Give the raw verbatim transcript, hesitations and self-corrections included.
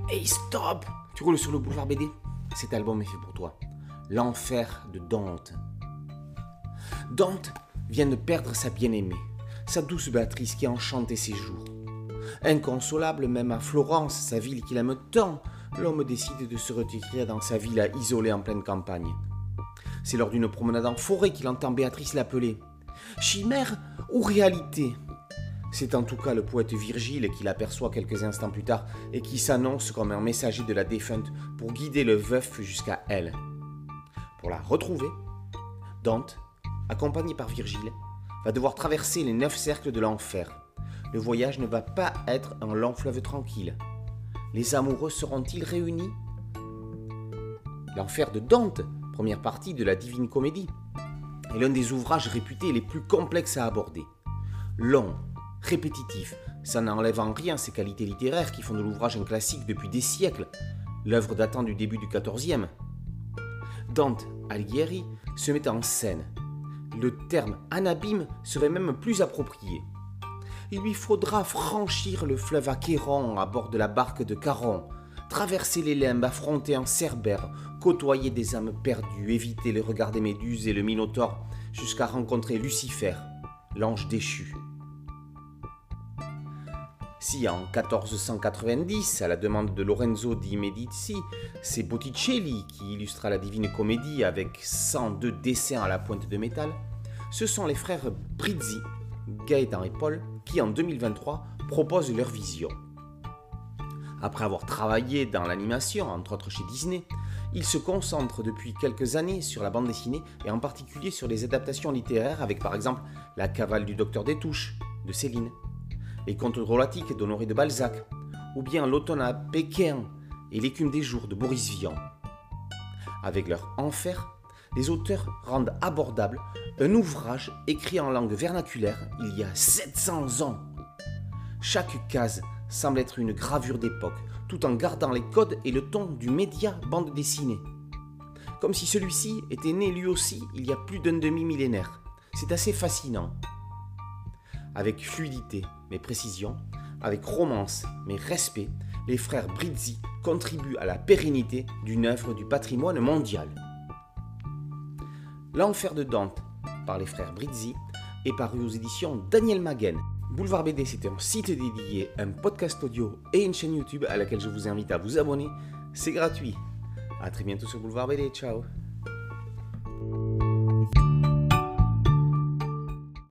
Hey stop! Tu roules sur le boulevard B D? Cet album est fait pour toi. L'enfer de Dante. Dante vient de perdre sa bien-aimée, sa douce Béatrice qui enchantait ses jours. Inconsolable même à Florence, sa ville qu'il aime tant, l'homme décide de se retirer dans sa villa isolée en pleine campagne. C'est lors d'une promenade en forêt qu'il entend Béatrice l'appeler. Chimère ou réalité? C'est en tout cas le poète Virgile qui l'aperçoit quelques instants plus tard et qui s'annonce comme un messager de la défunte pour guider le veuf jusqu'à elle. Pour la retrouver, Dante, accompagné par Virgile, va devoir traverser les neuf cercles de l'enfer. Le voyage ne va pas être un long fleuve tranquille. Les amoureux seront-ils réunis? L'enfer de Dante, première partie de la Divine Comédie, est l'un des ouvrages réputés les plus complexes à aborder. Long, répétitif, ça n'enlève en rien ses qualités littéraires qui font de l'ouvrage un classique depuis des siècles, l'œuvre datant du début du quatorzième. Dante Alighieri se met en scène. Le terme anabime serait même plus approprié. Il lui faudra franchir le fleuve Achéron à bord de la barque de Charon, traverser les limbes, affronter un cerbère, côtoyer des âmes perdues, éviter le regard des méduses et le minotaure, jusqu'à rencontrer Lucifer, l'ange déchu. Si en quatorze cent quatre-vingt-dix, à la demande de Lorenzo di Medici, c'est Botticelli qui illustra la Divine Comédie avec cent deux dessins à la pointe de métal, ce sont les frères Brizzi, Gaëtan et Paul, qui en deux mille vingt-trois proposent leur vision. Après avoir travaillé dans l'animation, entre autres chez Disney, ils se concentrent depuis quelques années sur la bande dessinée et en particulier sur les adaptations littéraires avec par exemple La cavale du docteur Destouches de Céline, Les contes drôlatiques d'Honoré de Balzac, ou bien L'automne à Pékin et L'écume des jours de Boris Vian. Avec leur enfer, les auteurs rendent abordable un ouvrage écrit en langue vernaculaire il y a sept cents ans. Chaque case semble être une gravure d'époque, tout en gardant les codes et le ton du média bande dessinée. Comme si celui-ci était né lui aussi il y a plus d'un demi-millénaire. C'est assez fascinant. Avec fluidité mais précision, avec romance mais respect, les frères Brizzi contribuent à la pérennité d'une œuvre du patrimoine mondial. L'enfer de Dante, par les frères Brizzi, est paru aux éditions Daniel Maguen. Boulevard B D, c'est un site dédié, un podcast audio et une chaîne YouTube à laquelle je vous invite à vous abonner. C'est gratuit. A très bientôt sur Boulevard B D. Ciao.